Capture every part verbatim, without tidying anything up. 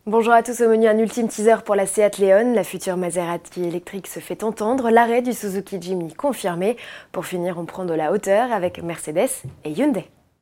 Bonjour à tous, au menu un ultime teaser pour la Seat Leon. La future Maserati électrique se fait entendre, l'arrêt du Suzuki Jimny confirmé. Pour finir, on prend de la hauteur avec Mercedes et Hyundai.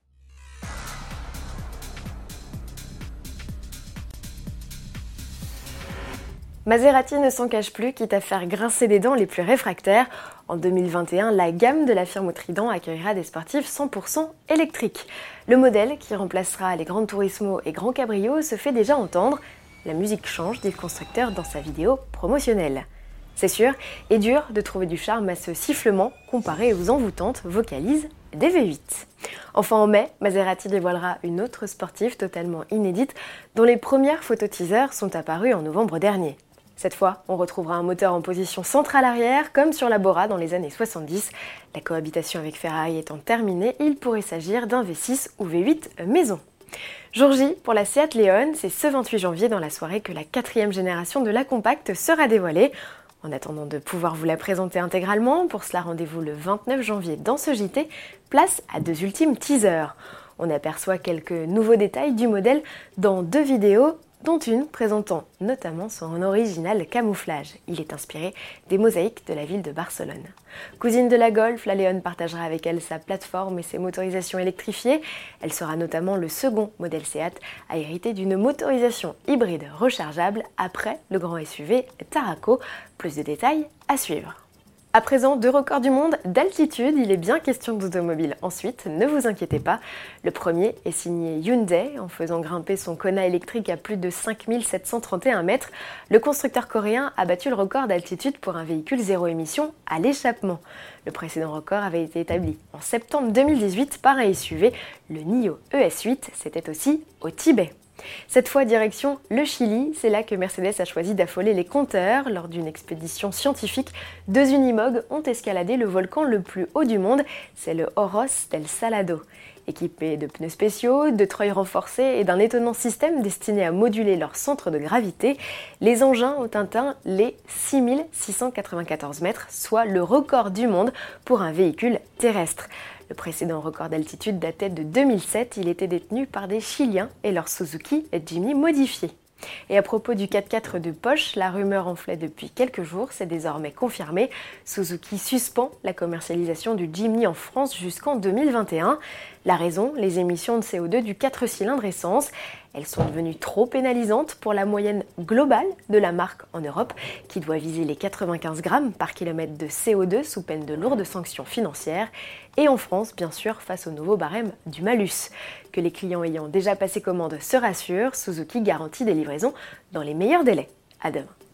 Maserati ne s'en cache plus, quitte à faire grincer des dents les plus réfractaires. En deux mille vingt et un, la gamme de la firme au Trident accueillera des sportifs cent pour cent électriques. Le modèle, qui remplacera les Gran Turismo et Gran Cabrio, se fait déjà entendre. La musique change, dit le constructeur dans sa vidéo promotionnelle. C'est sûr, et dur de trouver du charme à ce sifflement comparé aux envoûtantes vocalises des V huit. Enfin en mai, Maserati dévoilera une autre sportive totalement inédite dont les premières photos teasers sont apparues en novembre dernier. Cette fois, on retrouvera un moteur en position centrale arrière, comme sur la Bora dans les années soixante-dix. La cohabitation avec Ferrari étant terminée, il pourrait s'agir d'un V six ou V huit maison. Jour J pour la Seat Leon, c'est ce vingt-huit janvier dans la soirée que la quatrième génération de la compacte sera dévoilée. En attendant de pouvoir vous la présenter intégralement, pour cela rendez-vous le vingt-neuf janvier dans ce J T, place à deux ultimes teasers. On aperçoit quelques nouveaux détails du modèle dans deux vidéos, dont une présentant notamment son original camouflage. Il est inspiré des mosaïques de la ville de Barcelone. Cousine de la Golf, la Leon partagera avec elle sa plateforme et ses motorisations électrifiées. Elle sera notamment le second modèle Seat à hériter d'une motorisation hybride rechargeable après le grand S U V Tarraco. Plus de détails à suivre. À présent, deux records du monde d'altitude, il est bien question d'automobile. Ensuite, ne vous inquiétez pas, le premier est signé Hyundai. En faisant grimper son Kona électrique à plus de cinq mille sept cent trente et un mètres, le constructeur coréen a battu le record d'altitude pour un véhicule zéro émission à l'échappement. Le précédent record avait été établi en septembre deux mille dix-huit par un S U V, le NIO E S huit, c'était aussi au Tibet. Cette fois direction le Chili, c'est là que Mercedes a choisi d'affoler les compteurs. Lors d'une expédition scientifique, deux Unimog ont escaladé le volcan le plus haut du monde, c'est le Ojos del Salado. Équipés de pneus spéciaux, de treuils renforcés et d'un étonnant système destiné à moduler leur centre de gravité, les engins ont atteint les six mille six cent quatre-vingt-quatorze mètres, soit le record du monde pour un véhicule terrestre. Le précédent record d'altitude datait de deux mille sept, il était détenu par des Chiliens et leur Suzuki Jimny modifié. Et à propos du quatre-quatre de poche, la rumeur enflait depuis quelques jours, c'est désormais confirmé. Suzuki suspend la commercialisation du Jimny en France jusqu'en deux mille vingt et un. La raison, les émissions de C O deux du quatre cylindres essence. Elles sont devenues trop pénalisantes pour la moyenne globale de la marque en Europe, qui doit viser les quatre-vingt-quinze grammes par kilomètre de C O deux sous peine de lourdes sanctions financières. Et en France, bien sûr, face au nouveau barème du malus. Que les clients ayant déjà passé commande se rassurent, Suzuki garantit des livraisons dans les meilleurs délais. À demain.